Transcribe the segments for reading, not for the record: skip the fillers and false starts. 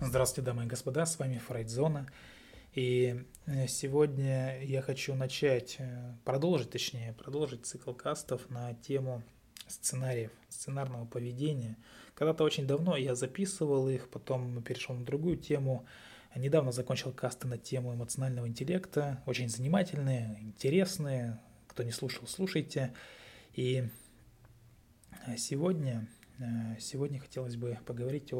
Здравствуйте, дамы и господа, с вами Фрейдзона. И сегодня я хочу продолжить цикл кастов на тему сценариев, сценарного поведения. Когда-то очень давно я записывал их, потом перешел на другую тему. Недавно закончил касты на тему эмоционального интеллекта. Очень занимательные, интересные. Кто не слушал, слушайте. И сегодня, сегодня хотелось бы поговорить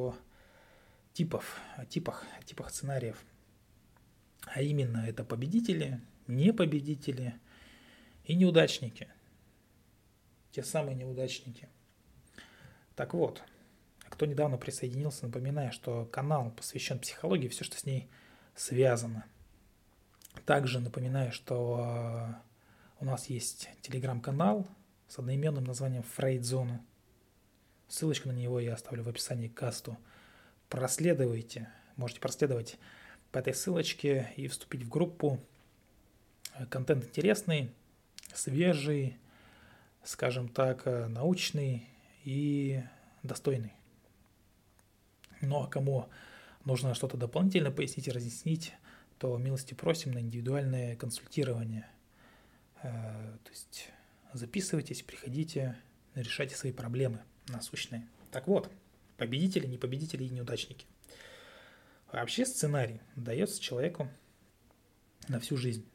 о типах сценариев. А именно, это победители, не победители и неудачники. Те самые неудачники. Так вот, кто недавно присоединился, напоминаю, что канал посвящен психологии, все, что с ней связано. Также напоминаю, что у нас есть телеграм-канал с одноименным названием Фрейдзона. Ссылочку на него я оставлю в описании к касту. Можете проследовать по этой ссылочке и вступить в группу. Контент интересный, свежий, скажем так, научный и достойный. Ну а кому нужно что-то дополнительно пояснить и разъяснить, то милости просим на индивидуальное консультирование. То есть записывайтесь, приходите, решайте свои проблемы насущные. Так вот, победители, не победители и неудачники. Вообще сценарий дается человеку на всю жизнь.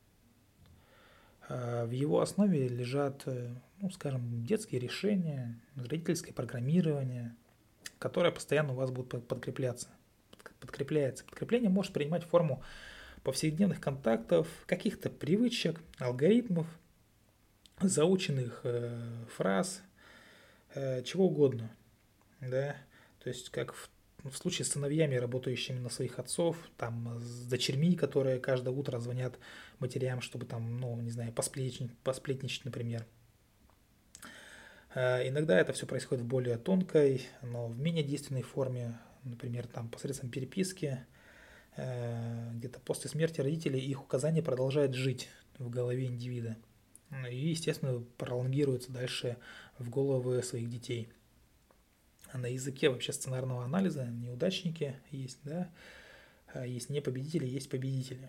В его основе лежат, скажем, детские решения, родительское программирование, которое постоянно у вас будет подкрепляться. Подкрепляется. Подкрепление может принимать форму повседневных контактов, каких-то привычек, алгоритмов, заученных фраз, чего угодно. Да? То есть, как в случае с сыновьями, работающими на своих отцов, там, с дочерьми, которые каждое утро звонят матерям, чтобы там, посплетничать, например. Иногда это все происходит в более тонкой, но в менее действенной форме, например, там, посредством переписки, где-то после смерти родителей их указания продолжают жить в голове индивида. И, естественно, пролонгируются дальше в головы своих детей. А на языке вообще сценарного анализа неудачники есть, да, есть не победители, есть победители.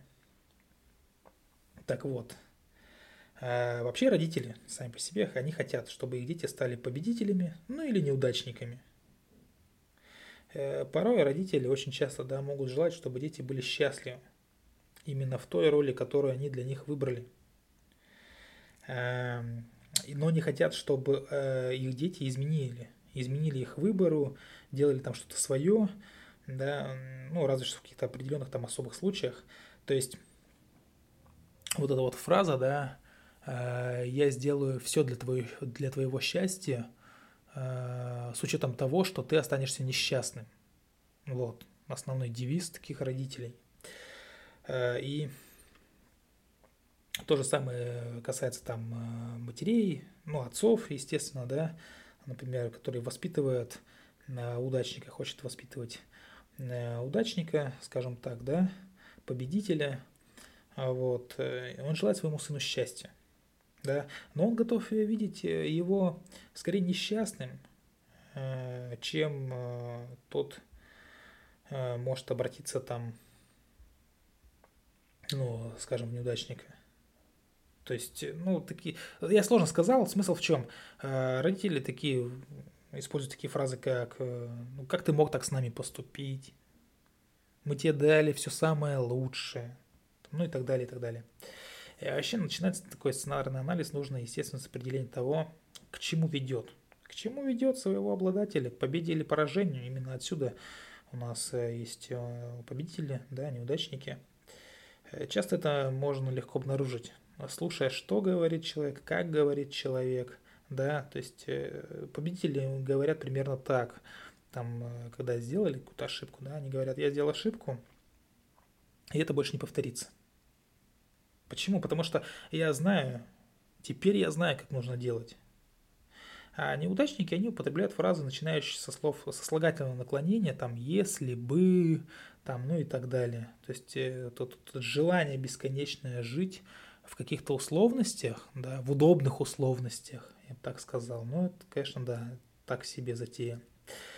Так вот, вообще родители сами по себе, они хотят, чтобы их дети стали победителями, ну или неудачниками. Порой родители очень часто, да, могут желать, чтобы дети были счастливы именно в той роли, которую они для них выбрали. Но не хотят, чтобы их дети изменили их выбору, делали там что-то свое, да, ну, разве что в каких-то определенных там особых случаях. То есть вот эта вот фраза, да, я сделаю все для твоего счастья, с учетом того, что ты останешься несчастным. Вот, основной девиз таких родителей. И то же самое касается там матерей, ну, отцов, естественно, да, например, которые воспитывают удачника, хочет воспитывать удачника, скажем так, да, победителя, вот, он желает своему сыну счастья, да, но он готов видеть его скорее несчастным, чем тот может обратиться там, ну, скажем, в неудачника. То есть, я сложно сказал, смысл в чем? Родители такие используют такие фразы, как ну, как ты мог так с нами поступить? Мы тебе дали все самое лучшее. Ну и так далее, и так далее. И вообще начинается такой сценарный анализ, нужно, естественно, с определения того, к чему ведет. К чему ведет своего обладателя, к победе или поражению. Именно отсюда у нас есть победители, да, неудачники. Часто это можно легко обнаружить, слушая, что говорит человек, как говорит человек, да, то есть победители говорят примерно так, там, когда сделали какую-то ошибку, да, они говорят, я сделал ошибку, и это больше не повторится. Почему? Потому что теперь я знаю, как нужно делать. А неудачники, они употребляют фразы, начинающие со слов сослагательного наклонения, там, если бы, там, ну и так далее. То есть тут желание бесконечное жить в каких-то условностях, да, в удобных условностях, я бы так сказал. Ну, это, конечно, да, так себе затея.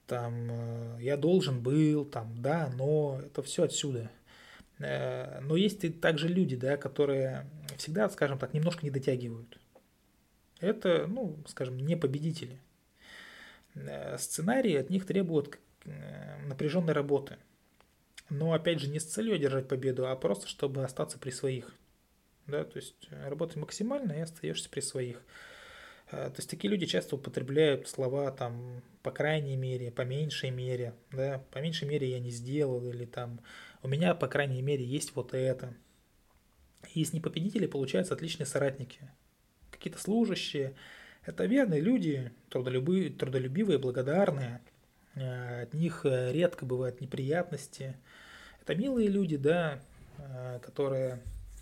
там я должен был, там, да, но это все отсюда. Но есть и также люди, да, которые всегда, скажем так, немножко не дотягивают. Это, ну, скажем, не победители. Сценарии от них требуют напряженной работы. Но опять же не с целью одержать победу, а просто чтобы остаться при своих. Да, то есть работай максимально и остаешься при своих. То есть такие люди часто употребляют слова там по крайней мере, по меньшей мере, да, по меньшей мере я не сделал, или там у меня по крайней мере есть вот это. И из непобедителей получаются отличные соратники. Какие-то служащие, это верные люди, трудолюбивые, благодарные. От них редко бывают неприятности. Это милые люди, да, которые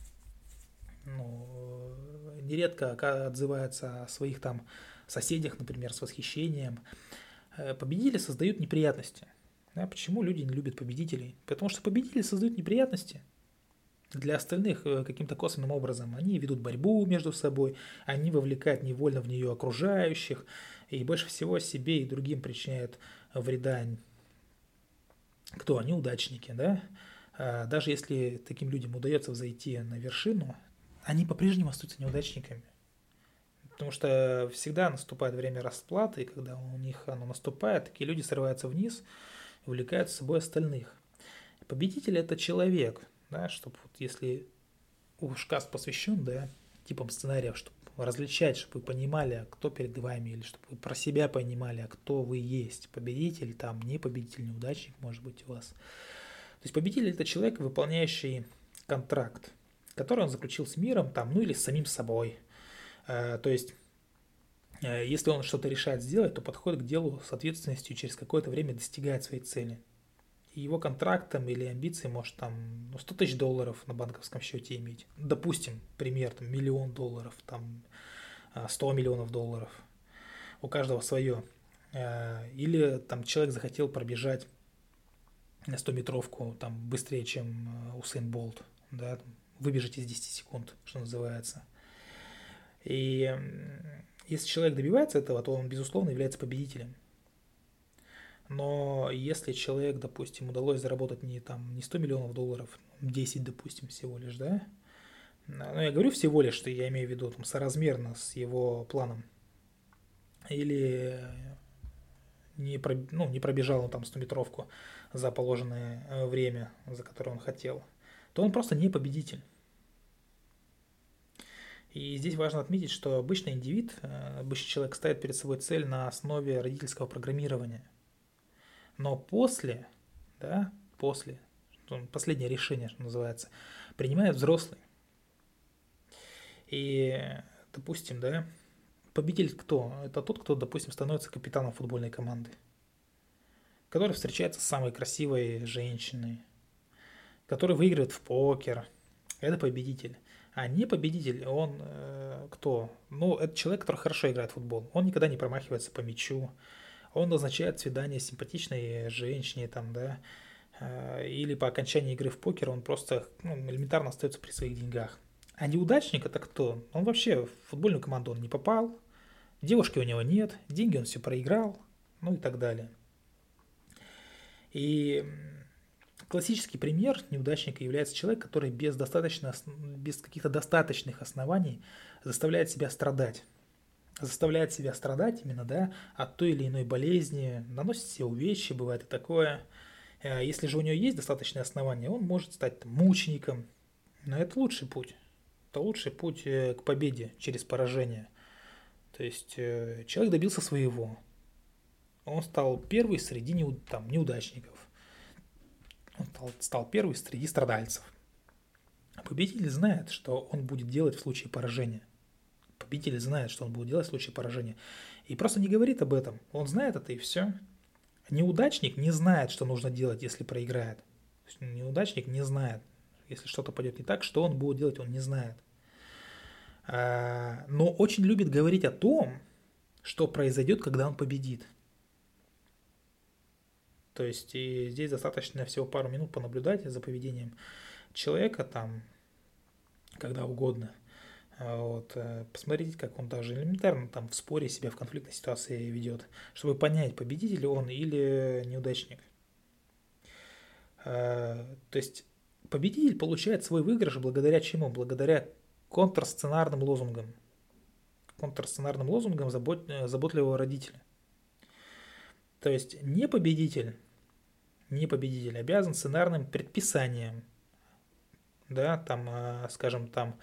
ну, нередко отзываются о своих там соседях, например, с восхищением. Победители создают неприятности. Да, почему люди не любят победителей? Потому что победители создают неприятности для остальных каким-то косвенным образом. Они ведут борьбу между собой, они вовлекают невольно в нее окружающих, и больше всего себе и другим причиняют вреда. Кто? Они неудачники, да? Даже если таким людям удается взойти на вершину, они по-прежнему остаются неудачниками. Потому что всегда наступает время расплаты, и когда у них оно наступает, такие люди срываются вниз и увлекают с собой остальных. Победитель – это человек, да, чтобы вот если уж каст посвящен, да, типам сценариев, чтобы различать, чтобы вы понимали, кто перед вами, или чтобы вы про себя понимали, кто вы есть. Победитель, там, не победитель, неудачник, может быть, у вас. То есть победитель – это человек, выполняющий контракт, который он заключил с миром, там, ну или с самим собой. То есть если он что-то решает сделать, то подходит к делу с ответственностью и через какое-то время достигает своей цели. И его контрактом или амбиции может там ну, 100 тысяч долларов на банковском счете иметь. Допустим, пример, там, миллион долларов, там, 100 миллионов долларов. У каждого свое. Или там человек захотел пробежать 100-метровку там, быстрее, чем Усейн Болт. Да, выбежать из 10 секунд, что называется. И если человек добивается этого, то он, безусловно, является победителем. Но если человек, допустим, удалось заработать не 100 миллионов долларов, 10, допустим, всего лишь, да? Но я говорю всего лишь, что я имею в виду там, соразмерно с его планом. Или не пробежал он там 100-метровку за положенное время, за которое он хотел, то он просто не победитель. И здесь важно отметить, что обычный индивид, обычный человек ставит перед собой цель на основе родительского программирования. Но после, последнее решение, что называется, принимает взрослый. И, допустим, да, победитель кто? Это тот, кто, допустим, становится капитаном футбольной команды, который встречается с самой красивой женщиной, который выигрывает в покер. Это победитель. А не победитель, он кто? Ну, это человек, который хорошо играет в футбол. Он никогда не промахивается по мячу. Он назначает свидание с симпатичной женщине, там, да, или по окончании игры в покер он просто элементарно остается при своих деньгах. А неудачник это кто? Он вообще в футбольную команду он не попал, девушки у него нет, деньги он все проиграл, ну и так далее. И классический пример неудачника является человек, который без каких-то достаточных оснований заставляет себя страдать. Заставляет себя страдать именно, да, от той или иной болезни, наносит себе увечья, бывает и такое. Если же у него есть достаточные основания, он может стать там, мучеником. Но это лучший путь. Это лучший путь к победе через поражение. То есть человек добился своего. Он стал первый среди неудачников. Он стал первый среди страдальцев. Победитель знает, что он будет делать в случае поражения. Победитель знает, что он будет делать в случае поражения. И просто не говорит об этом. Он знает это и все. Неудачник не знает, что нужно делать, если проиграет. Неудачник не знает, если что-то пойдет не так, что он будет делать, он не знает. Но очень любит говорить о том, что произойдет, когда он победит. То есть и здесь достаточно всего пару минут понаблюдать за поведением человека там, когда угодно. Вот. Посмотрите, как он даже элементарно там в споре себя в конфликтной ситуации ведет, чтобы понять, победитель он или неудачник. То есть победитель получает свой выигрыш благодаря чему? Благодаря контрсценарным лозунгам. Контрсценарным лозунгам заботливого родителя. То есть не победитель обязан сценарным предписанием, да, там, скажем, там,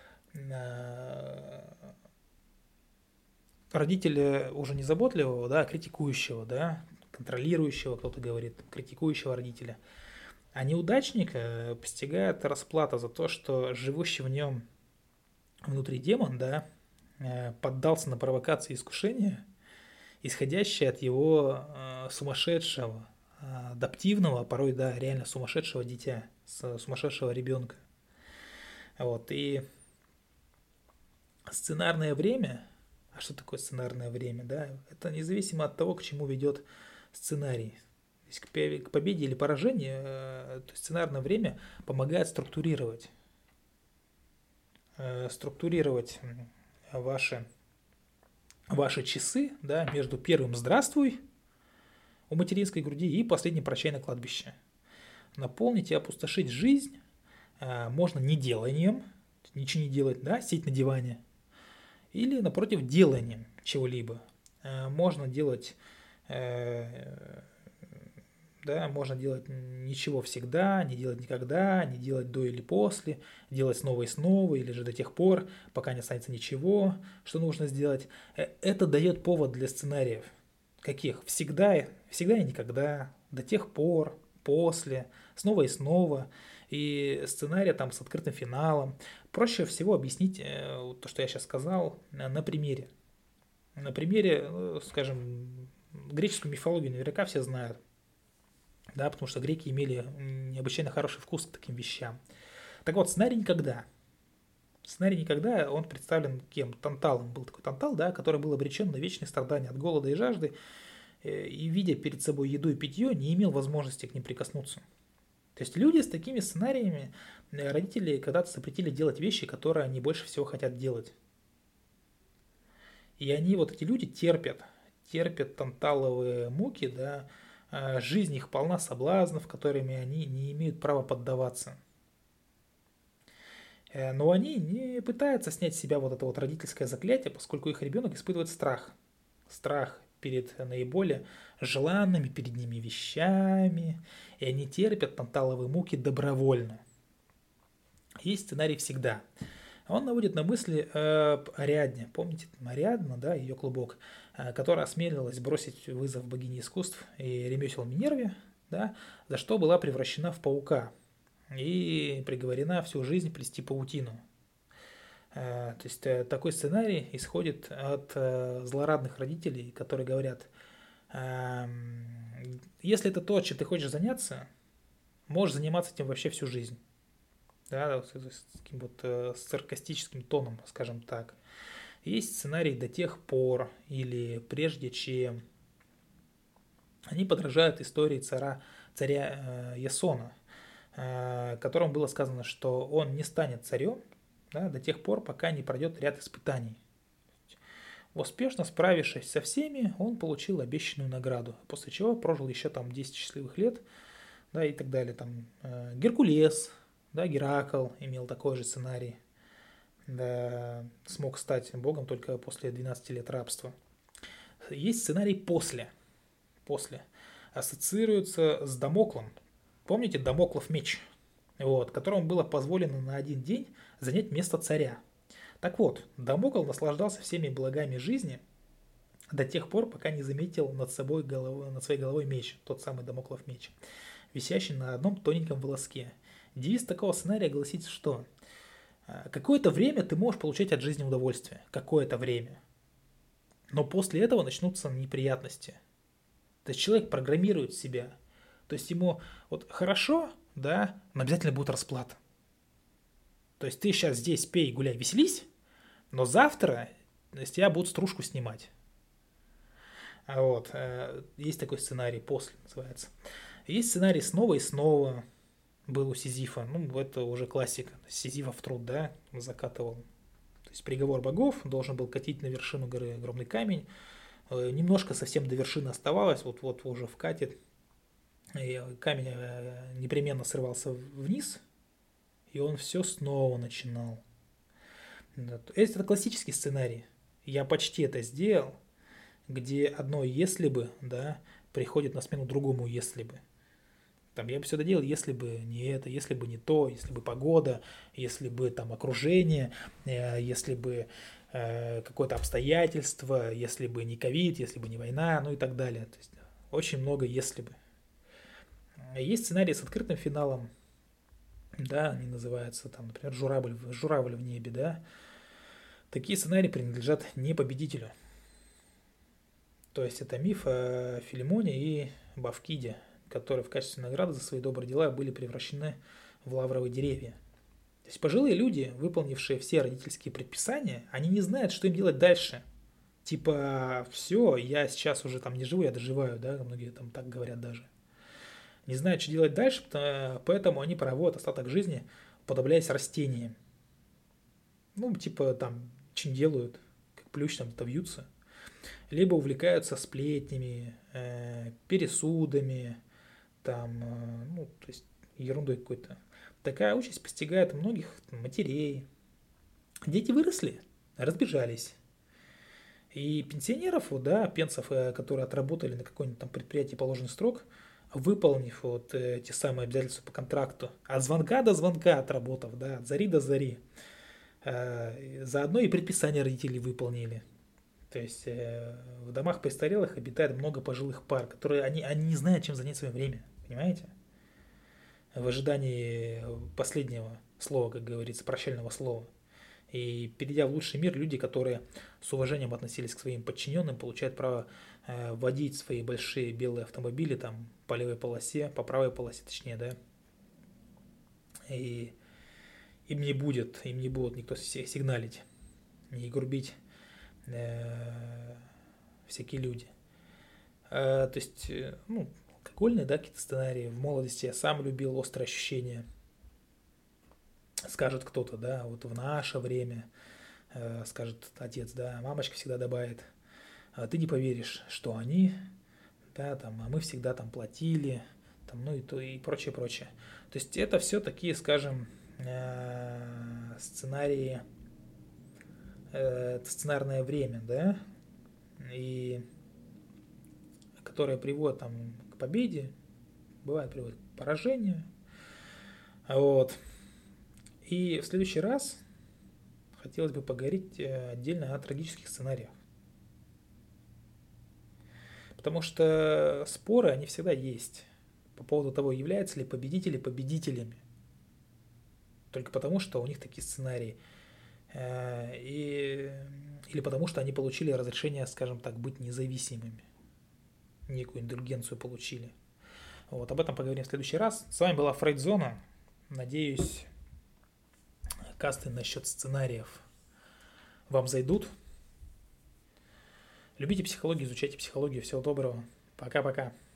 родителя уже не заботливого, да, а критикующего, да, контролирующего, кто-то говорит, критикующего родителя. А неудачник постигает расплата за то, что живущий в нем внутри демон, да, поддался на провокации и искушения, исходящие от его сумасшедшего, адаптивного, а порой, да, реально сумасшедшего дитя, сумасшедшего ребенка. Вот, и сценарное время, а что такое сценарное время, да, это независимо от того, к чему ведет сценарий. К победе или поражению, то есть сценарное время помогает структурировать ваши часы, да, между первым «здравствуй» у материнской груди и последним «прощай» на кладбище. Наполнить и опустошить жизнь можно не деланием, ничего не делать, да, сидеть на диване, или, напротив, деланием чего-либо. Можно делать, да, можно делать ничего всегда, не делать никогда, не делать до или после, делать снова и снова, или же до тех пор, пока не останется ничего, что нужно сделать. Это дает повод для сценариев. Каких? Всегда, всегда и никогда, до тех пор, после, снова и снова. И сценарий там с открытым финалом. Проще всего объяснить то, что я сейчас сказал, на примере. На примере, скажем, греческую мифологию наверняка все знают. Да, потому что греки имели необычайно хороший вкус к таким вещам. Так вот, сценарий никогда. Сценарий никогда, он представлен кем? Танталом. Был такой Тантал, да, который был обречен на вечные страдания от голода и жажды, и, видя перед собой еду и питье, не имел возможности к ним прикоснуться. То есть люди с такими сценариями, родители когда-то запретили делать вещи, которые они больше всего хотят делать. И они, вот эти люди, терпят танталовые муки, да, жизнь их полна соблазнов, которыми они не имеют права поддаваться. Но они не пытаются снять с себя вот это вот родительское заклятие, поскольку их ребенок испытывает страх. Страх перед наиболее желанными перед ними вещами, и они терпят танталовые муки добровольно. Есть сценарий всегда. Он наводит на мысли Ариадне. Помните, Ариадна, да, ее клубок, которая осмелилась бросить вызов богине искусств и ремесел Минерве, да, за что была превращена в паука и приговорена всю жизнь плести паутину. То есть такой сценарий исходит от злорадных родителей, которые говорят, если это то, чем ты хочешь заняться, можешь заниматься этим вообще всю жизнь. Да, с таким вот саркастическим тоном, скажем так. Есть сценарий до тех пор или прежде чем. Они подражают истории царя Ясона, которому было сказано, что он не станет царем, да, до тех пор, пока не пройдет ряд испытаний. Успешно справившись со всеми, он получил обещанную награду, после чего прожил еще там 10 счастливых лет, да, и так далее. Там Геркулес, да, Геракл имел такой же сценарий, да, смог стать богом только после 12 лет рабства. Есть сценарий после. Ассоциируется с Дамоклом. Помните Дамоклов меч? Вот, которому было позволено на один день занять место царя. Так вот, Дамокл наслаждался всеми благами жизни до тех пор, пока не заметил над своей головой меч, тот самый Дамоклов меч, висящий на одном тоненьком волоске. Девиз такого сценария гласит, что какое-то время ты можешь получать от жизни удовольствие, какое-то время, но после этого начнутся неприятности. То есть человек программирует себя, то есть ему вот хорошо, да, но обязательно будет расплата. То есть ты сейчас здесь пей, гуляй, веселись, но завтра с тебя будут стружку снимать. Вот. Есть такой сценарий «После» называется. Есть сценарий «Снова и снова» был у Сизифа. Ну, это уже классика. Сизифов труд, да, закатывал. То То есть приговор богов должен был катить на вершину горы огромный камень. Немножко совсем до вершины оставалось, вот уже вкатит. И камень непременно срывался вниз, и он все снова начинал. Это классический сценарий. Я почти это сделал, где одно «если бы», да, приходит на смену другому «если бы». Там я бы все доделал, если бы не это, если бы не то, если бы погода, если бы там окружение, если бы какое-то обстоятельство, если бы не ковид, если бы не война, ну и так далее. То есть очень много «если бы». Есть сценарии с открытым финалом, да, они называются там, например, «Журавль в небе», да. Такие сценарии принадлежат не победителю. То есть это миф о Филимоне и Бавкиде, которые в качестве награды за свои добрые дела были превращены в лавровые деревья. То есть пожилые люди, выполнившие все родительские предписания, они не знают, что им делать дальше. Типа, все, я сейчас уже там не живу, я доживаю, да, многие там так говорят даже. Не знают, что делать дальше, поэтому они проводят остаток жизни, уподобляясь растениям. Ну, типа, там, что делают, как плющ там где-то вьются. Либо увлекаются сплетнями, пересудами, там, ну, то есть ерундой какой-то. Такая участь постигает многих матерей. Дети выросли, разбежались. И пенсионеров, вот, да, пенсов, которые отработали на какой-нибудь там предприятии положенный срок, выполнив вот те самые обязательства по контракту, от звонка до звонка отработав, да, от зари до зари, заодно и предписания родителей выполнили. То есть в домах престарелых обитает много пожилых пар, которые они не знают, чем занять свое время, понимаете? В ожидании последнего слова, как говорится, прощального слова. И перейдя в лучший мир, люди, которые с уважением относились к своим подчиненным, получают право водить свои большие белые автомобили там по левой полосе, по правой полосе точнее, да. И им не будут никто сигналить, не грубить всякие люди. То есть, ну, алкогольные, да, какие-то сценарии. В молодости я сам любил острые ощущения. Скажет кто-то, да, вот в наше время, скажет отец, да, мамочка всегда добавит, ты не поверишь, что они, да, там, а мы всегда там платили, там, ну и то, и прочее, прочее. То есть это все такие, скажем, сценарии, сценарное время, да, и которые приводят там к победе, бывает приводят к поражению. Вот. И в следующий раз хотелось бы поговорить отдельно о трагических сценариях. Потому что споры, они всегда есть по поводу того, являются ли победители победителями. Только потому, что у них такие сценарии. Или потому, что они получили разрешение, скажем так, быть независимыми. Некую индульгенцию получили. Вот, об этом поговорим в следующий раз. С вами была Фрейдзона. Надеюсь, касты насчет сценариев вам зайдут. Любите психологию, изучайте психологию. Всего доброго. Пока-пока.